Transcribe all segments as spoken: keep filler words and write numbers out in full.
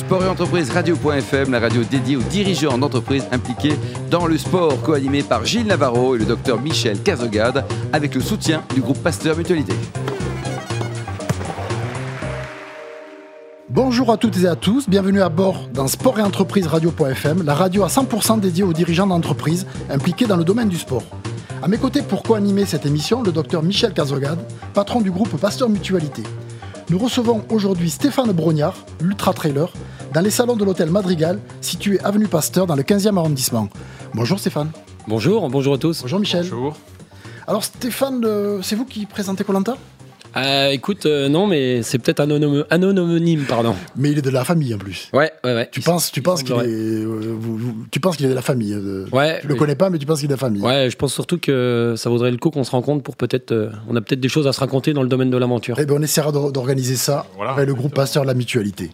Sport et entreprise radio point f m, la radio dédiée aux dirigeants d'entreprises impliqués dans le sport, co-animée par Gilles Navarro et le docteur Michel Cazogade, avec le soutien du groupe Pasteur Mutualité. Bonjour à toutes et à tous, bienvenue à bord dans Sport et entreprise radio point f m, la radio à cent pour cent dédiée aux dirigeants d'entreprises impliqués dans le domaine du sport. À mes côtés pour co-animer cette émission, le docteur Michel Cazogade, patron du groupe Pasteur Mutualité. Nous recevons aujourd'hui Stéphane Brognard, l'ultra-trailer, dans les salons de l'hôtel Madrigal, situé avenue Pasteur dans le quinzième arrondissement. Bonjour Stéphane. Bonjour, bonjour à tous. Bonjour Michel. Bonjour. Alors Stéphane, euh, c'est vous qui présentez Koh Lanta ? Euh, écoute, euh, non, mais c'est peut-être un anonyme, un anonyme, pardon. Mais il est de la famille en plus. Ouais, ouais, ouais. Tu penses, tu penses qu'il ouais. est, euh, vous, vous, tu penses qu'il est de la famille. Euh, ouais. Tu le connais pas, mais tu penses qu'il est de la famille. Ouais, je pense surtout que ça vaudrait le coup qu'on se rencontre pour peut-être, euh, on a peut-être des choses à se raconter dans le domaine de l'aventure. Eh ben, on essaiera d'organiser ça Voilà. avec le groupe Pasteur de la Mutualité.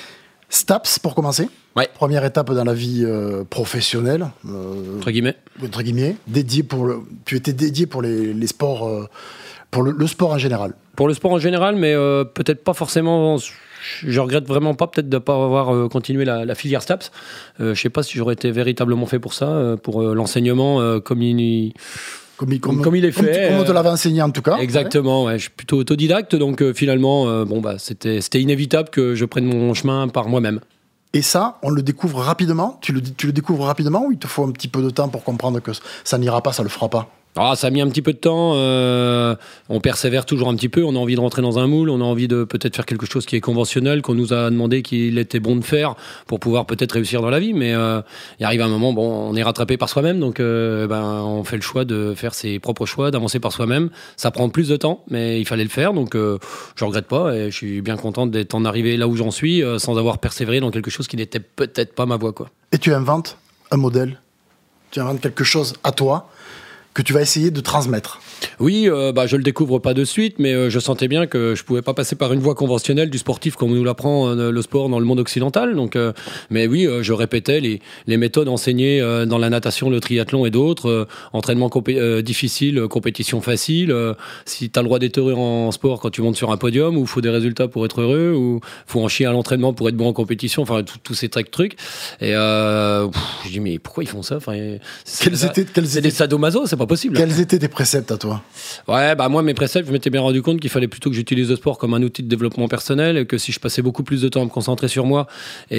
STAPS pour commencer. Ouais. Première étape dans la vie euh, professionnelle. Euh, Entre guillemets. entre guillemets. Dédié pour le, tu étais dédié pour les, les sports, euh, pour le, le sport en général. Pour le sport en général, mais euh, peut-être pas forcément. Je regrette vraiment pas peut-être de ne pas avoir euh, continué la, la filière STAPS. Euh, je sais pas si j'aurais été véritablement fait pour ça, euh, pour euh, l'enseignement euh, comme il. Comme il, comme, Comme il est comme fait, tu- Comme on te euh, l'avait enseigné en tout cas. Exactement, ouais. Je suis plutôt autodidacte, donc euh, finalement, euh, bon bah c'était c'était inévitable que je prenne mon chemin par moi-même. Et ça, on le découvre rapidement. Tu le, tu le découvres rapidement ou il te faut un petit peu de temps pour comprendre que ça n'ira pas, ça le fera pas. Ah, ça a mis un petit peu de temps. Euh, on persévère toujours un petit peu. On a envie de rentrer dans un moule. On a envie de peut-être faire quelque chose qui est conventionnel, qu'on nous a demandé qu'il était bon de faire pour pouvoir peut-être réussir dans la vie. Mais euh, il arrive un moment, bon, on est rattrapé par soi-même, donc euh, ben on fait le choix de faire ses propres choix, d'avancer par soi-même. Ça prend plus de temps, mais il fallait le faire. Donc euh, je regrette pas et je suis bien content d'être en arrivé là où j'en suis, euh, sans avoir persévéré dans quelque chose qui n'était peut-être pas ma voie, quoi. Et tu inventes un modèle. Tu inventes quelque chose à toi que tu vas essayer de transmettre. Oui, euh, bah, je le découvre pas de suite, mais euh, je sentais bien que je pouvais pas passer par une voie conventionnelle du sportif comme on nous l'apprend euh, le sport dans le monde occidental. Donc, euh, mais oui, euh, je répétais les, les méthodes enseignées euh, dans la natation, le triathlon et d'autres. Euh, entraînement compé- euh, difficile, euh, compétition facile. Euh, si tu as le droit d'être heureux en sport quand tu montes sur un podium, ou faut des résultats pour être heureux, ou faut en chier à l'entraînement pour être bon en compétition. Enfin, tous ces trucs, trucs. Et euh, pff, je dis mais pourquoi ils font ça? Enfin, c'est, Quels c'est, étaient, quels c'est étaient, des sadomaso, c'est pas possible. quels étaient tes préceptes à toi ? Ouais, bah moi mes préceptes, je m'étais bien rendu compte qu'il fallait plutôt que j'utilise le sport comme un outil de développement personnel, et que si je passais beaucoup plus de temps à me concentrer sur moi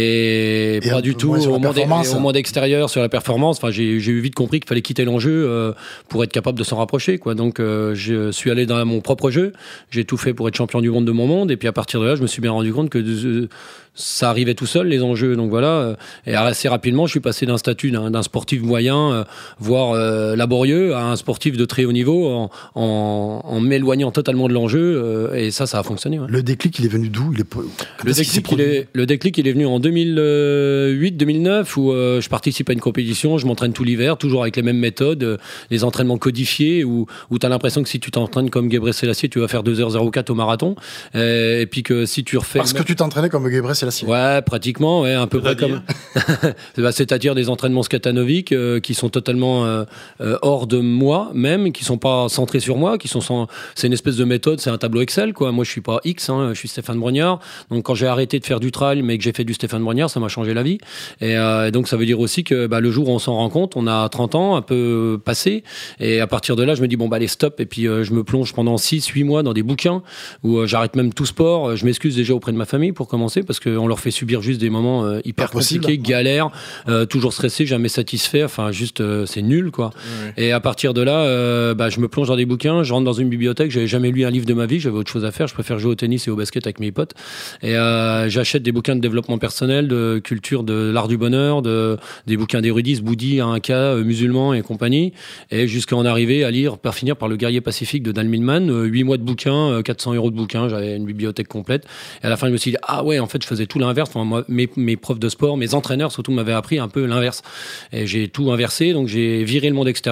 et, Et pas un du peu tout moins sur la au monde, performance. au monde extérieur sur la performance, enfin j'ai, j'ai eu vite compris qu'il fallait quitter l'enjeu euh, pour être capable de s'en rapprocher, quoi. Donc euh, je suis allé dans mon propre jeu, j'ai tout fait pour être champion du monde de mon monde, et puis à partir de là, je me suis bien rendu compte que euh, ça arrivait tout seul, les enjeux. Donc voilà, et assez rapidement, je suis passé d'un statut d'un, d'un sportif moyen, euh, voire euh, laborieux, à un sportif de très haut niveau, en, en, en m'éloignant totalement de l'enjeu, euh, et ça, ça a fonctionné. Ouais. Le déclic, il est venu d'où ? Il est, quand Le est-ce qu'il s'est déclic, il produit ? est, le déclic, il est venu en deux mille huit deux mille neuf, où euh, je participe à une compétition, je m'entraîne tout l'hiver, toujours avec les mêmes méthodes, euh, les entraînements codifiés, où, où tu as l'impression que si tu t'entraînes comme Gebre Selassie, tu vas faire deux heures zéro quatre au marathon, euh, et puis que si tu refais... Parce que tu t'entraînais comme Gebre Selassie. Ouais, pratiquement, ouais, un peu près C'est-à-dire comme. Bah, c'est-à-dire des entraînements skatanoviques euh, qui sont totalement euh, euh, hors de moi, même, qui sont pas centrés sur moi, qui sont sans... C'est une espèce de méthode, c'est un tableau Excel, quoi. Moi, je suis pas X, hein, je suis Stéphane Brognard. Donc, quand j'ai arrêté de faire du trail, mais que j'ai fait du Stéphane Brognard, ça m'a changé la vie. Et, euh, et donc, ça veut dire aussi que bah, le jour où on s'en rend compte, on a trente ans, un peu passé. Et à partir de là, je me dis, bon, bah, allez, stop. Et puis, euh, je me plonge pendant six huit mois dans des bouquins où euh, j'arrête même tout sport. Je m'excuse déjà auprès de ma famille pour commencer, parce qu'on leur fait subir juste des moments euh, hyper compliqués, galères, euh, toujours stressé, jamais satisfait. Enfin, juste, euh, c'est nul, quoi. Oui. Et à partir de là, euh, bah, je me plonge dans des bouquins, je rentre dans une bibliothèque, j'avais jamais lu un livre de ma vie, j'avais autre chose à faire, je préfère jouer au tennis et au basket avec mes potes. Et euh, j'achète des bouquins de développement personnel, de culture, de l'art du bonheur, de, des bouquins d'érudits, Bouddhi, Inca, euh, musulmans et compagnie. Et jusqu'à en arriver à lire, par finir par Le Guerrier Pacifique de Dan Millman, euh, huit mois de bouquins, euh, quatre cents euros de bouquins, j'avais une bibliothèque complète. Et à la fin, je me suis dit, ah ouais, en fait, je faisais tout l'inverse. Enfin, moi, mes, mes profs de sport, mes entraîneurs surtout m'avaient appris un peu l'inverse. Et j'ai tout inversé, donc j'ai viré le monde extérieur, je me suis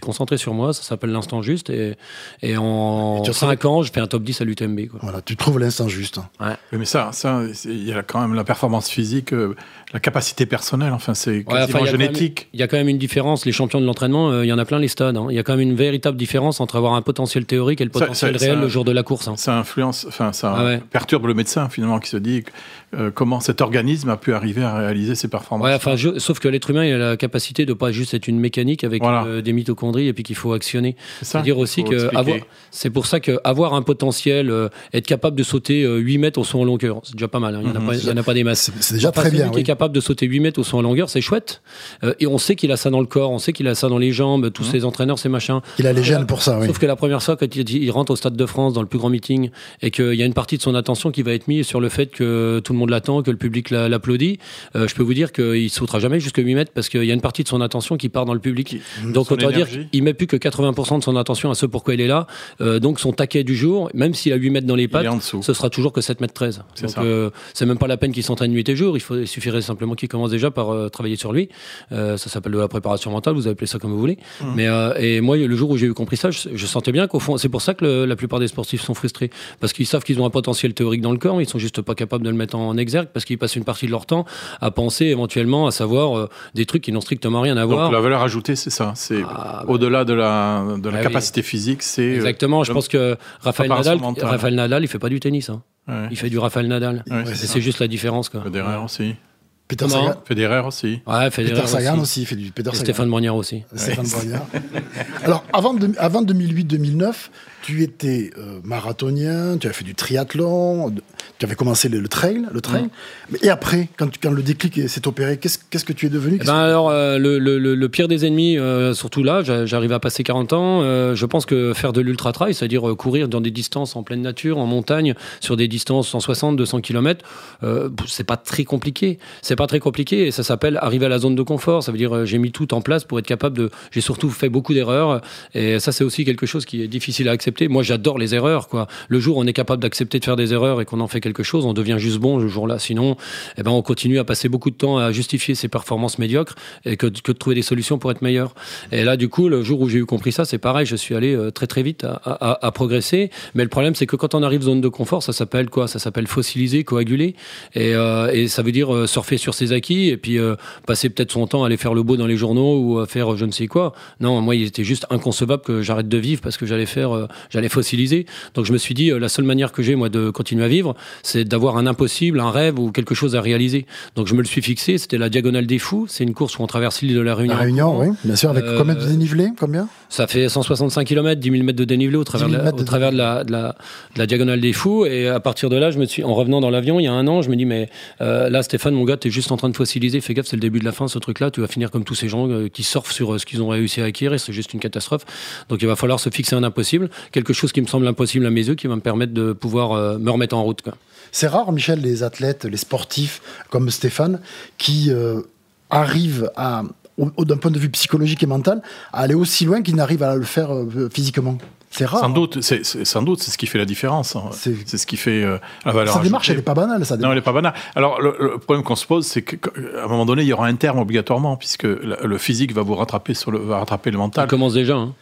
suis concentré sur moi, ça s'appelle l'instant juste, et, et en cinq ans, je fais un top dix à l'U T M B. Quoi. Voilà, tu trouves l'instant juste. Ouais. Mais ça, ça, il y a quand même la performance physique, euh, la capacité personnelle, enfin, c'est quasiment ouais, enfin, génétique. Il y a quand même une différence. Les champions de l'entraînement, il euh, y en a plein les stades. Il hein. y a quand même une véritable différence entre avoir un potentiel théorique et le potentiel ça, ça, réel ça, le jour de la course. Hein. Ça influence, enfin, ça ah ouais. perturbe le médecin finalement qui se dit euh, comment cet organisme a pu arriver à réaliser ses performances. Ouais, enfin, je, sauf que l'être humain il a la capacité de pas juste être une mécanique avec voilà. euh, des mitochondries et puis qu'il faut actionner. C'est ça, C'est-à-dire aussi que avoir, c'est pour ça qu'avoir un potentiel, euh, être capable de sauter euh, huit mètres au saut en longueur, c'est déjà pas mal. Hein. Il n'y en, mm-hmm. en a pas des masses. C'est, c'est déjà très bien. Celui oui. qui est capable de sauter huit mètres au saut en longueur, c'est chouette. Euh, et on sait qu'il a ça dans le corps, on sait qu'il a ça dans les jambes, tous mm-hmm. ses entraîneurs, ses machins. Il a les gènes pour ça, oui. Sauf que la première fois, quand il, il rentre au Stade de France dans le plus grand meeting et qu'il y a une partie de son attention qui va être mise sur le fait que tout le monde l'attend, que le public l'applaudit, euh, je peux vous dire qu'il sautera jamais jusqu'à huit mètres parce qu'il y a une partie de son attention qui part dans le public. Mmh, donc autant dire qu'il met plus que quatre-vingts pour cent de son attention à ce pourquoi il est là. Euh, donc son taquet du jour, même s'il a huit mètres dans les pattes, ce sera toujours que sept mètres treize. C'est donc euh, c'est même pas la peine qu'il s'entraîne nuit et jour. Il, faut, il suffirait simplement qu'il commence déjà par euh, travailler sur lui. Euh, ça s'appelle de la préparation mentale. Vous appelez ça comme vous voulez. Mmh. Mais euh, et moi le jour où j'ai eu compris ça, je, je sentais bien qu'au fond, c'est pour ça que le, la plupart des sportifs sont frustrés parce qu'ils savent qu'ils ont un potentiel théorique dans le corps, mais ils sont juste pas capables de le mettre en exergue parce qu'ils passent une partie de leur temps à penser éventuellement à savoir euh, des trucs qui n'ont strictement rien à voir. Donc la valeur ajoutée, c'est ça. C'est ah, au-delà de la, de la ah, capacité oui. physique, c'est... Exactement. Je pense que Raphaël Nadal, Raphaël Nadal, il fait pas du tennis. Hein. Ouais. Il fait du Raphaël Nadal. Ouais, c'est, c'est juste la différence. Quoi. Federer ouais. aussi. Peter Sagan. Federer aussi. Ouais, Federer Peter Sagan aussi. aussi. Il fait du Peter Et Sagan. Stéphane Brognard aussi. Stéphane Brognard. Alors, avant, de, avant deux mille huit deux mille neuf, tu étais euh, marathonien, tu avais fait du triathlon, tu avais commencé le, le trail, le trail. Mmh. Et après, quand, tu, quand le déclic s'est opéré, qu'est-ce, qu'est-ce que tu es devenu eh ben alors, euh, le, le, le pire des ennemis, euh, surtout là, j'arrive à passer quarante ans, euh, je pense que faire de l'ultra-trail, c'est-à-dire euh, courir dans des distances en pleine nature, en montagne, sur des distances cent soixante, deux cents kilomètres, euh, c'est pas très compliqué. C'est pas très compliqué et ça s'appelle arriver à la zone de confort. Ça veut dire euh, j'ai mis tout en place pour être capable de... J'ai surtout fait beaucoup d'erreurs et ça, c'est aussi quelque chose qui est difficile à accepter. Moi, j'adore les erreurs, quoi. Le jour où on est capable d'accepter de faire des erreurs et qu'on en fait quelque chose, on devient juste bon le jour-là. Sinon, eh ben, on continue à passer beaucoup de temps à justifier ses performances médiocres et que, que de trouver des solutions pour être meilleur. Et là, du coup, le jour où j'ai eu compris ça, c'est pareil. Je suis allé euh, très très vite à, à, à progresser. Mais le problème, c'est que quand on arrive zone de confort, ça s'appelle quoi ? Ça s'appelle fossiliser, coaguler. Et, euh, et ça veut dire euh, surfer sur ses acquis et puis euh, passer peut-être son temps à aller faire le beau dans les journaux ou à faire euh, je ne sais quoi. Non, moi, il était juste inconcevable que j'arrête de vivre parce que j'allais faire, euh, j'allais fossiliser. Donc je me suis dit, euh, la seule manière que j'ai, moi, de continuer à vivre, c'est d'avoir un impossible, un rêve ou quelque chose à réaliser. Donc je me le suis fixé, c'était la Diagonale des Fous. C'est une course où on traverse l'île de la Réunion. La Réunion, oui, bien sûr, avec euh, combien de dénivelé, combien ? Ça fait cent soixante-cinq kilomètres, dix mille mètres de dénivelé au travers, de la, au travers de, la, de, la, de la Diagonale des Fous. Et à partir de là, je me suis, en revenant dans l'avion, il y a un an, je me dis, mais euh, là, Stéphane, mon gars, t'es juste en train de fossiliser, fais gaffe, c'est le début de la fin, ce truc-là, tu vas finir comme tous ces gens euh, qui surfent sur euh, ce qu'ils ont réussi à acquérir, c'est juste une catastrophe. Donc il va falloir se fixer un impossible, quelque chose qui me semble impossible à mes yeux, qui va me permettre de pouvoir euh, me remettre en route, quoi. C'est rare, Michel, les athlètes, les sportifs comme Stéphane, qui euh, arrivent à, au, d'un point de vue psychologique et mental, à aller aussi loin qu'ils n'arrivent à le faire euh, physiquement. C'est rare. Sans doute, c'est, c'est, sans doute, c'est ce qui fait la différence. Hein. C'est... c'est ce qui fait euh, la valeur. Sa démarche, elle n'est pas banale. Ça non, elle n'est pas banale. Alors, le, le problème qu'on se pose, c'est qu'à un moment donné, il y aura un terme obligatoirement, puisque le, le physique va vous rattraper sur le, va rattraper le mental. Ça commence déjà. Hein.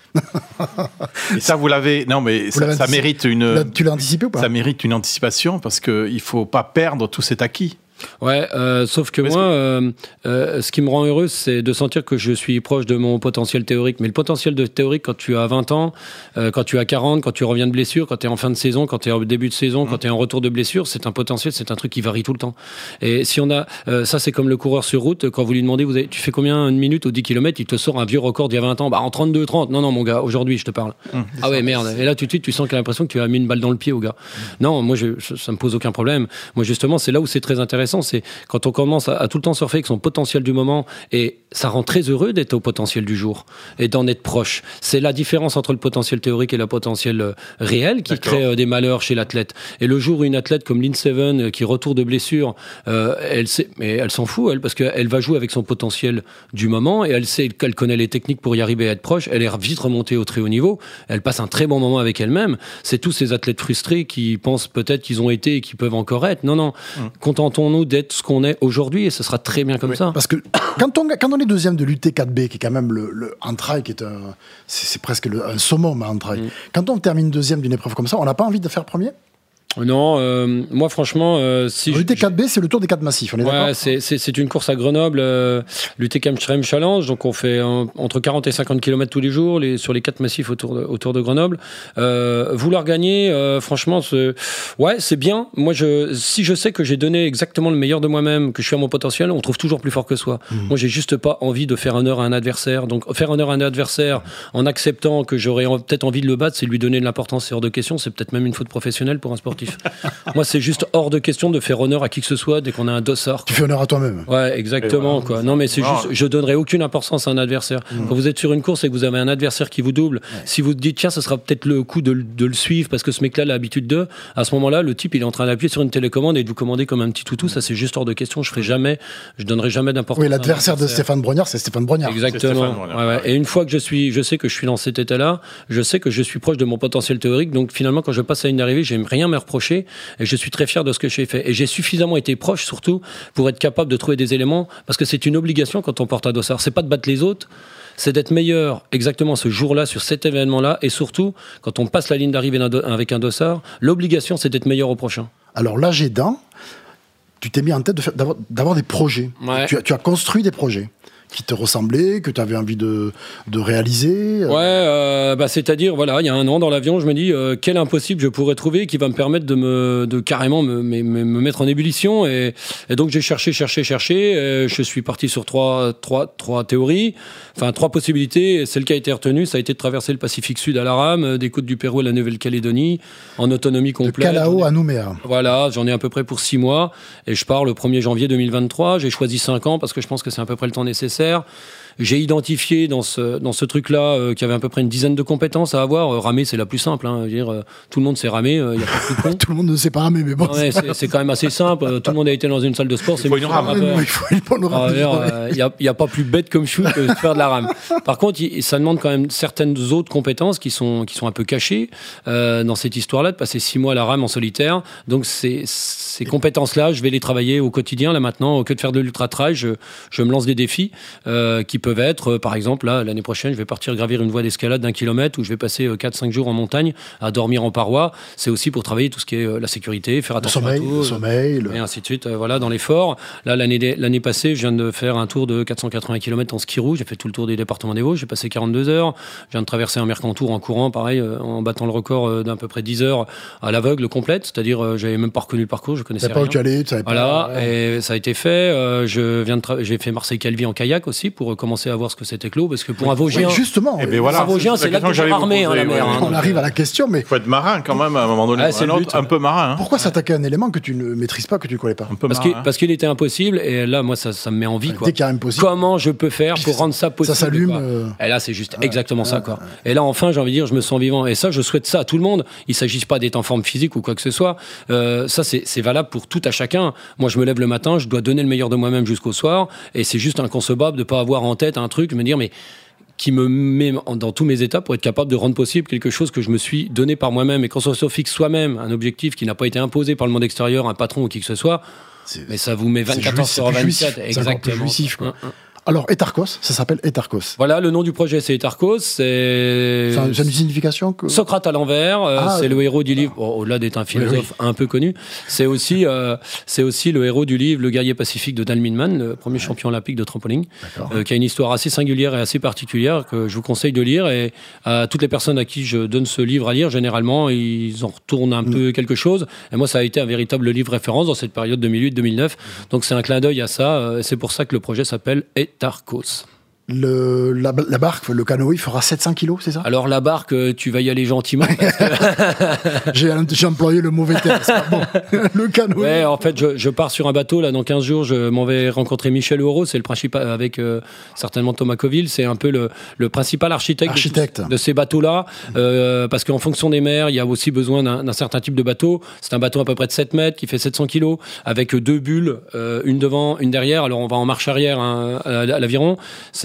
Et ça, vous l'avez. Non, mais ça, ça mérite une. Tu l'as anticipé ou pas ? Ça mérite une anticipation, parce qu'il ne faut pas perdre tout cet acquis. Ouais, euh, sauf que Parce moi, que... Euh, euh, ce qui me rend heureux, c'est de sentir que je suis proche de mon potentiel théorique. Mais le potentiel de théorique, quand tu as vingt ans, euh, quand tu as quarante, quand tu reviens de blessure, quand tu es en fin de saison, quand tu es au début de saison, mmh. quand tu es en retour de blessure, c'est un potentiel, c'est un truc qui varie tout le temps. Et si on a, euh, ça c'est comme le coureur sur route, quand vous lui demandez, vous avez, tu fais combien une minute ou dix kilomètres, il te sort un vieux record d'il y a vingt ans, bah en trente-deux trente. Non, non, mon gars, aujourd'hui, je te parle. Mmh, ah ouais, ça, merde. Et là, tout de suite, tu sens qu'il a l'impression que tu as mis une balle dans le pied au gars. Mmh. Non, moi, je, ça me pose aucun problème. Moi, justement, c'est là où c'est très intéressant, c'est quand on on commence à, à tout le temps surfer avec son potentiel du moment et ça rend très heureux d'être au potentiel du jour et d'en être proche. C'est la différence entre le potentiel théorique et le potentiel euh, réel qui D'accord. crée euh, des malheurs chez l'athlète. Et le jour où une athlète comme Lynn Seven euh, qui retourne de blessure, euh, elle sait, mais elle s'en fout elle parce qu'elle va jouer avec son potentiel du moment et elle sait qu'elle connaît les techniques pour y arriver à être proche. Elle est vite remontée au très haut niveau. Elle passe un très bon moment avec elle-même. C'est tous ces athlètes frustrés qui pensent peut-être qu'ils ont été et qui peuvent encore être. Non, non. Hum. Contentons-nous nous d'être ce qu'on est aujourd'hui et ce sera très bien comme oui, ça. Parce que quand on, quand on est deuxième de l'U T quatre B, qui est quand même le, le en trail, qui est un, c'est, c'est presque le, un summum en trail. Mm. Quand on termine deuxième d'une épreuve comme ça, on n'a pas envie de faire premier ? Non, euh, moi franchement, euh, si l'U T quatre B, c'est le Tour des quatre massifs, on est ouais, d'accord ? c'est, c'est, c'est une course à Grenoble, euh, l'U T Chemtrail Challenge, donc on fait un, entre quarante et cinquante kilomètres tous les jours les, sur les quatre massifs autour de, autour de Grenoble. Euh, vouloir gagner, euh, franchement, c'est, ouais, c'est bien. Moi, je, si je sais que j'ai donné exactement le meilleur de moi-même, que je suis à mon potentiel, on trouve toujours plus fort que soi. Mmh. Moi, j'ai juste pas envie de faire honneur à un adversaire. Donc, faire honneur à un adversaire en acceptant que j'aurais peut-être envie de le battre, c'est lui donner de l'importance, c'est hors de question. C'est peut-être même une faute professionnelle pour un sportif. Moi, c'est juste hors de question de faire honneur à qui que ce soit dès qu'on a un dossard. Tu fais honneur à toi-même. Ouais, exactement. Voilà, quoi. Non, mais c'est juste, je donnerai aucune importance à un adversaire. Mmh. Quand vous êtes sur une course et que vous avez un adversaire qui vous double, ouais. si vous dites tiens, ce sera peut-être le coup de, de le suivre parce que ce mec-là a l'habitude de, à ce moment-là, le type il est en train d'appuyer sur une télécommande et de vous commander comme un petit toutou. Ça, c'est juste hors de question. Je ferai jamais, je donnerai jamais d'importance. Oui, l'adversaire de Stéphane Brognard, c'est Stéphane Brognard. Exactement. Stéphane Brognard. Ouais, ouais. Et une fois que je suis, je sais que je suis dans cet état-là, je sais que je suis proche de mon potentiel théorique. Donc finalement, quand je passe à une arrivée, j'aime rien me reprocher et je suis très fier de ce que j'ai fait. Et j'ai suffisamment été proche, surtout, pour être capable de trouver des éléments, parce que c'est une obligation quand on porte un dossard. C'est pas de battre les autres, c'est d'être meilleur exactement ce jour-là, sur cet événement-là, et surtout, quand on passe la ligne d'arrivée avec un dossard, l'obligation, c'est d'être meilleur au prochain. Alors là, j'ai d'un, tu t'es mis en tête de faire, d'avoir, d'avoir des projets. Ouais. Tu, as, tu as construit des projets qui te ressemblaient, que tu avais envie de, de réaliser. Ouais, euh, bah, c'est-à-dire, voilà, il y a un an dans l'avion, je me dis, euh, quel impossible je pourrais trouver qui va me permettre de, me, de carrément me, me, me mettre en ébullition. Et, et donc, j'ai cherché, cherché, cherché. Et je suis parti sur trois, trois, trois théories, enfin, trois possibilités. Et celle qui a été retenue, ça a été de traverser le Pacifique Sud à la rame, des côtes du Pérou à la Nouvelle-Calédonie, en autonomie complète. De Callao à Nouméa. Voilà, j'en ai à peu près pour six mois. Et je pars le premier janvier deux mille vingt-trois. J'ai choisi cinq ans parce que je pense que c'est à peu près le temps nécessaire. J'ai identifié dans ce, dans ce truc-là euh, qu'il y avait à peu près une dizaine de compétences à avoir. Euh, ramer, c'est la plus simple. Hein. Je veux dire, euh, tout le monde sait ramer, il euh, n'y a pas de con. Tout le monde ne sait pas ramer, mais bon. Ouais, c'est, c'est quand même assez simple. Euh, tout le monde a été dans une salle de sport. Il faut une rame. Il faut une rame. Il n'y a, y a pas plus bête comme chou que de faire de la rame. Par contre, y, ça demande quand même certaines autres compétences qui sont, qui sont un peu cachées euh, dans cette histoire-là, de passer six mois à la rame en solitaire. Donc, ces, ces compétences-là, je vais les travailler au quotidien. Là, maintenant, au lieu de faire de l'ultra-trail, je, je me lance des défis euh, qui peuvent être, euh, par exemple, là, l'année prochaine, je vais partir gravir une voie d'escalade d'un kilomètre où je vais passer euh, quatre cinq jours en montagne à dormir en paroi. C'est aussi pour travailler tout ce qui est euh, la sécurité, faire attention le sommeil, à tout. Le sommeil, le... Et ainsi de suite. Euh, voilà, dans l'effort. Là, l'année, l'année passée, je viens de faire un tour de quatre cent quatre-vingts kilomètres en ski roue. J'ai fait tout le tour des départements des Vosges. J'ai passé quarante-deux heures. Je viens de traverser un Mercantour en courant, pareil, euh, en battant le record euh, d'à peu près dix heures à l'aveugle complète. C'est-à-dire, euh, j'avais même pas reconnu le parcours, je connaissais rien. pas où tu allais, tu savais pas. Voilà, ouais. Et ça a été fait. Euh, je viens de tra- j'ai fait Marseille-Calvi en kayak aussi pour euh, commencer à voir ce que c'était que l'eau, parce que pour un Vosgien, oui, justement, et ben voilà, un Vosgien, c'est, c'est là que j'ai armé hein, la mer. Hein, on arrive à la question, mais il faut être marin quand même à un moment donné. Ah, c'est un, autre, un peu marin. Hein. Pourquoi s'attaquer à un élément que tu ne maîtrises pas, que tu ne connais pas? Un peu parce, marin, qu'il, hein. parce qu'il était impossible, et là, moi, ça, ça me met en vie. Quoi. Dès qu'il y a impossible. Comment je peux faire pour rendre ça possible? Ça s'allume. Euh... Et là, c'est juste ouais, exactement ouais, ça. Quoi. Ouais. Et là, enfin, j'ai envie de dire, je me sens vivant. Et ça, je souhaite ça à tout le monde. Il ne s'agit pas d'être en forme physique ou quoi que ce soit. Euh, ça, c'est, c'est valable pour tout à chacun. Moi, je me lève le matin, je dois donner le meilleur de moi-même jusqu'au soir. Et c'est juste inconcevable de ne pas avoir en tête un truc, me dire, mais qui me met dans tous mes états pour être capable de rendre possible quelque chose que je me suis donné par moi-même. Et quand on se fixe soi-même un objectif qui n'a pas été imposé par le monde extérieur, un patron ou qui que ce soit, c'est, mais ça vous met vingt-quatre heures sur vingt-quatre. Exactement. C'est jouissif, quoi. Hum, hum. Alors, Etarkos, ça s'appelle Etarkos. Voilà, le nom du projet, c'est Etarkos. C'est, c'est, un, c'est une signification que... Socrate à l'envers. Euh, ah, c'est le héros du livre. Bon, au-delà d'être un philosophe oui, oui. un peu connu, c'est aussi, euh, c'est aussi le héros du livre Le guerrier pacifique de Dan Millman, le premier ouais. champion olympique de trampoline, euh, qui a une histoire assez singulière et assez particulière que je vous conseille de lire. Et à toutes les personnes à qui je donne ce livre à lire, généralement, ils en retournent un mmh. peu quelque chose. Et moi, ça a été un véritable livre référence dans cette période deux mille huit deux mille neuf. Mmh. Donc, c'est un clin d'œil à ça. Et c'est pour ça que le projet s'appelle Etarkos. Le, la, la barque, le canot, il fera sept cents kilos, c'est ça? Alors la barque, tu vas y aller gentiment. Parce que... j'ai, j'ai employé le mauvais terme, c'est pas bon. Le canot. Ouais, en fait, je, je pars sur un bateau, là, dans quinze jours, je m'en vais rencontrer Michel Hureau, c'est le principal, avec euh, certainement Thomas Coville, c'est un peu le, le principal architecte, architecte. De, de ces bateaux-là, euh, parce qu'en fonction des mers, il y a aussi besoin d'un, d'un certain type de bateau. C'est un bateau à peu près de sept mètres, qui fait sept cents kilos, avec deux bulles, euh, une devant, une derrière. Alors on va en marche arrière hein, à, à l'aviron, c'est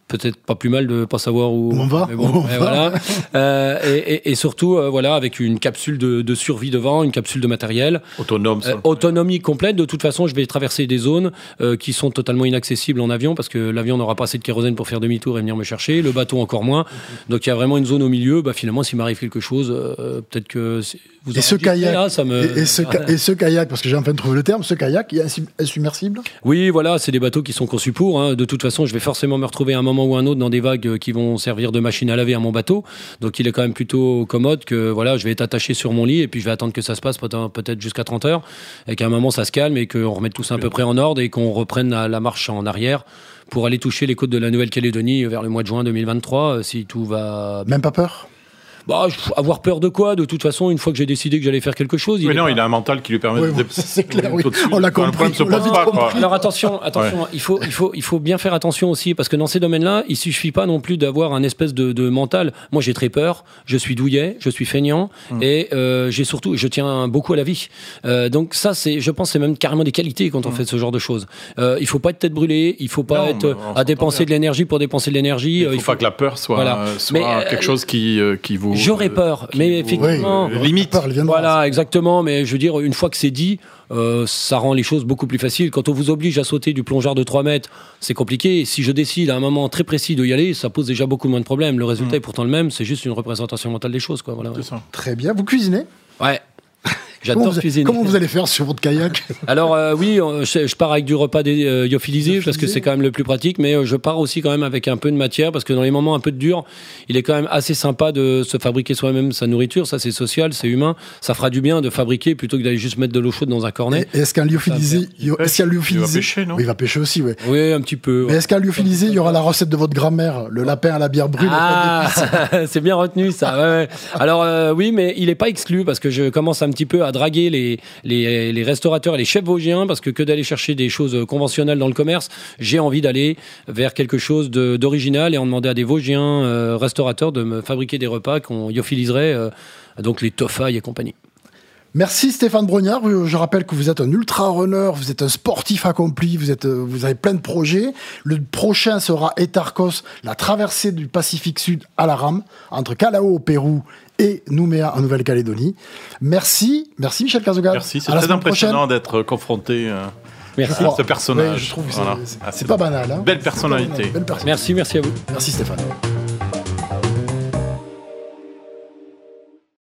peut-être pas plus mal de pas savoir où, où on va. Mais bon, on et, va. voilà. euh, et, et, et surtout, euh, voilà, avec une capsule de, de survie devant, une capsule de matériel. Autonome. Euh, autonomie complète. De toute façon, je vais traverser des zones euh, qui sont totalement inaccessibles en avion parce que l'avion n'aura pas assez de kérosène pour faire demi-tour et venir me chercher. Le bateau encore moins. Donc il y a vraiment une zone au milieu. Bah, finalement, s'il m'arrive quelque chose, euh, peut-être que vous et ce kayak, là, ça me... et, et, ce ca- et ce kayak, parce que j'ai enfin trouvé le terme, ce kayak, il est insubmersible. Oui, voilà, c'est des bateaux qui sont conçus pour. Hein. De toute façon, je vais forcément me retrouver à un moment ou un autre dans des vagues qui vont servir de machine à laver à mon bateau. Donc il est quand même plutôt commode que voilà, je vais être attaché sur mon lit et puis je vais attendre que ça se passe peut-être jusqu'à trente heures et qu'à un moment ça se calme et qu'on remette tout ça à peu près en ordre et qu'on reprenne la, la marche en arrière pour aller toucher les côtes de la Nouvelle-Calédonie vers le mois de juin deux mille vingt-trois si tout va... Même pas peur? Bah, avoir peur de quoi? De toute façon, une fois que j'ai décidé que j'allais faire quelque chose... Mais il non, pas... il a un mental qui lui permet oui, de... bon, c'est clair, oui. Tout-dessus, on l'a compris. Se On l'a pose vite pas, compris. quoi. Alors attention, attention, Ouais. il, faut, il, faut, il, faut, il faut bien faire attention aussi, parce que dans ces domaines-là, il suffit pas non plus d'avoir un espèce de, de mental. Moi, j'ai très peur, je suis douillet, je suis feignant, mm. et euh, j'ai surtout, je tiens beaucoup à la vie. Euh, donc ça, c'est, je pense, c'est même carrément des qualités quand on mm. fait ce genre de choses. Euh, il faut pas être tête brûlée, il faut pas non, être à dépenser bien. de l'énergie pour dépenser de l'énergie. Il faut, il faut faut pas que la peur soit, soit mais, quelque euh, chose qui, euh, qui vous... J'aurais peur, euh, mais effectivement... Oui. Limite. Voilà, exactement. Mais je veux dire, une fois que c'est dit, euh, ça rend les choses beaucoup plus faciles. Quand on vous oblige à sauter du plongeur de trois mètres, c'est compliqué. Si je décide à un moment très précis de y aller, ça pose déjà beaucoup moins de problèmes. Le résultat mmh. est pourtant le même. C'est juste une représentation mentale des choses, quoi. Voilà, ouais. ça. Très bien. Vous cuisinez? Ouais. J'adore comment vous, cuisiner. Comment vous allez faire sur votre kayak? Alors euh, oui, je, je pars avec du repas dé, euh, lyophilisé parce que c'est quand même le plus pratique, mais euh, je pars aussi quand même avec un peu de matière parce que dans les moments un peu de dur, il est quand même assez sympa de se fabriquer soi-même sa nourriture. Ça, c'est social, c'est humain. Ça fera du bien de fabriquer plutôt que d'aller juste mettre de l'eau chaude dans un cornet. Et est-ce qu'un lyophilisé, est-ce qu'un lyophilisé, il va pêcher, non? Oui, il va pêcher aussi, oui. Oui, un petit peu. Mais est-ce qu'un lyophilisé, il y aura la recette de votre grand-mère, le lapin à la bière brune? Ah, c'est bien retenu ça. Ouais, ouais. Alors euh, oui, mais il est pas exclu parce que je commence un petit peu à draguer les Les, les restaurateurs et les chefs vosgiens, parce que que d'aller chercher des choses conventionnelles dans le commerce, j'ai envie d'aller vers quelque chose de, d'original et en demander à des Vosgiens euh, restaurateurs de me fabriquer des repas qu'on lyophiliseraient, euh, donc les tofailles et compagnie. Merci Stéphane Brognard. Je rappelle que vous êtes un ultra-runner, vous êtes un sportif accompli, vous, êtes, vous avez plein de projets. Le prochain sera Etarcos, la traversée du Pacifique Sud à la rame, entre Callao au Pérou et Nouméa en Nouvelle-Calédonie. Merci, merci Michel Cazogade. Merci, c'est très impressionnant prochaine. d'être confronté euh, merci. à ce personnage. Oui, je trouve que voilà. c'est, c'est, c'est pas banal. Hein. Belle personnalité. Belle personnalité. Merci, merci à vous. Merci Stéphane.